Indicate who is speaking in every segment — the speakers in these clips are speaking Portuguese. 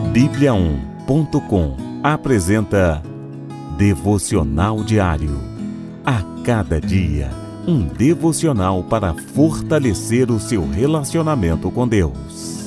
Speaker 1: Bíblia1.com apresenta Devocional Diário. A cada dia, um devocional para fortalecer o seu relacionamento com Deus.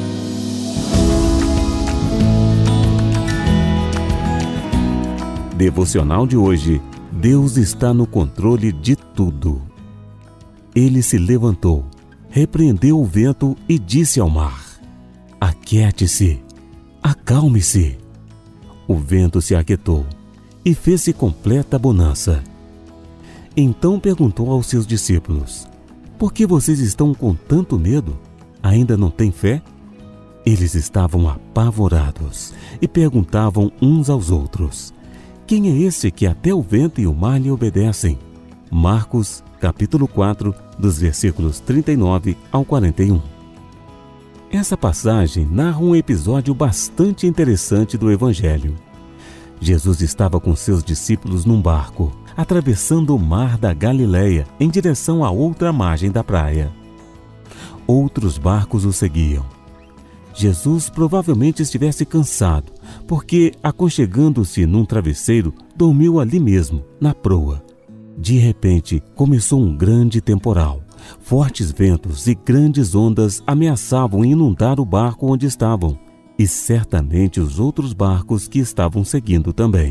Speaker 1: Devocional de hoje: Deus está no controle de tudo. Ele se levantou, repreendeu o vento e disse ao mar: aquiete-se, acalme-se. O vento se aquietou e fez-se completa bonança. Então perguntou aos seus discípulos: por que vocês estão com tanto medo? Ainda não têm fé? Eles estavam apavorados e perguntavam uns aos outros: quem é esse que até o vento e o mar lhe obedecem? Marcos, capítulo 4, dos versículos 39 ao 41. Essa passagem narra um episódio bastante interessante do Evangelho. Jesus estava com seus discípulos num barco, atravessando o mar da Galileia em direção à outra margem da praia. Outros barcos o seguiam. Jesus provavelmente estivesse cansado, porque, aconchegando-se num travesseiro, dormiu ali mesmo, na proa. De repente, começou um grande temporal. Fortes ventos e grandes ondas ameaçavam inundar o barco onde estavam, e certamente os outros barcos que estavam seguindo também.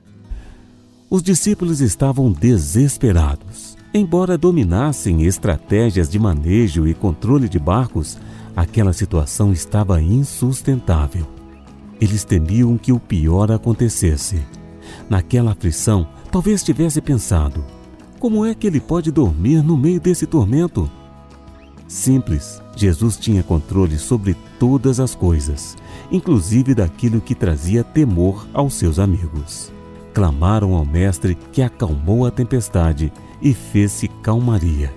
Speaker 1: Os discípulos estavam desesperados. Embora dominassem estratégias de manejo e controle de barcos, aquela situação estava insustentável. Eles temiam que o pior acontecesse. Naquela aflição, talvez tivesse pensado: como é que ele pode dormir no meio desse tormento? Simples, Jesus tinha controle sobre todas as coisas, inclusive daquilo que trazia temor aos seus amigos. Clamaram ao Mestre, que acalmou a tempestade e fez-se calmaria.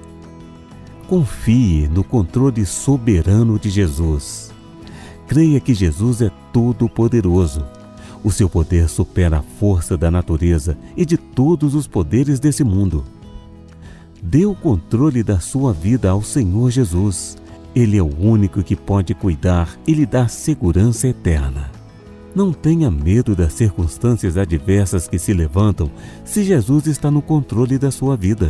Speaker 1: Confie no controle soberano de Jesus. Creia que Jesus é todo-poderoso. O seu poder supera a força da natureza e de todos os poderes desse mundo. Dê o controle da sua vida ao Senhor Jesus. Ele é o único que pode cuidar e lhe dar segurança eterna. Não tenha medo das circunstâncias adversas que se levantam se Jesus está no controle da sua vida.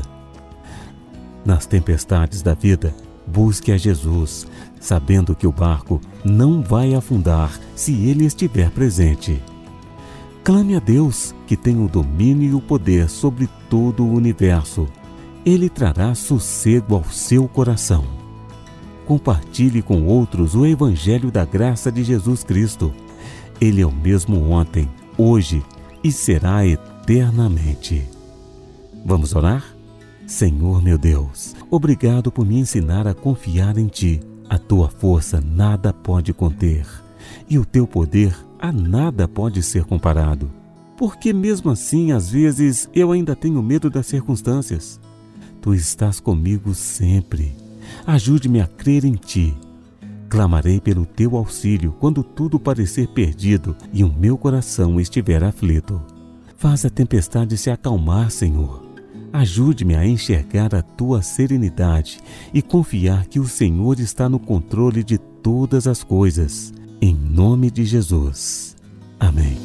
Speaker 1: Nas tempestades da vida, busque a Jesus, sabendo que o barco não vai afundar se ele estiver presente. Clame a Deus, que tem o domínio e o poder sobre todo o universo. Ele trará sossego ao seu coração. Compartilhe com outros o Evangelho da graça de Jesus Cristo. Ele é o mesmo ontem, hoje e será eternamente. Vamos orar? Senhor meu Deus, obrigado por me ensinar a confiar em Ti. A Tua força nada pode conter, e o Teu poder a nada pode ser comparado. Porque mesmo assim, às vezes, eu ainda tenho medo das circunstâncias. Tu estás comigo sempre. Ajude-me a crer em Ti. Clamarei pelo Teu auxílio quando tudo parecer perdido e o meu coração estiver aflito. Faz a tempestade se acalmar, Senhor. Ajude-me a enxergar a Tua serenidade e confiar que o Senhor está no controle de todas as coisas. Em nome de Jesus. Amém.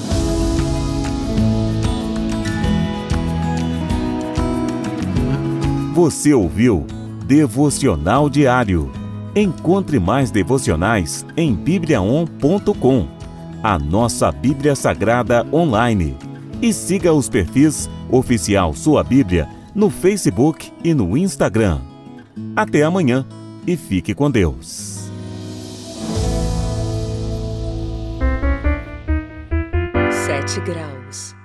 Speaker 1: Você ouviu Devocional Diário. Encontre mais devocionais em Bíblia1.com, a nossa Bíblia Sagrada online. E siga os perfis Oficial Sua Bíblia no Facebook e no Instagram. Até amanhã e fique com Deus.
Speaker 2: 7 graus.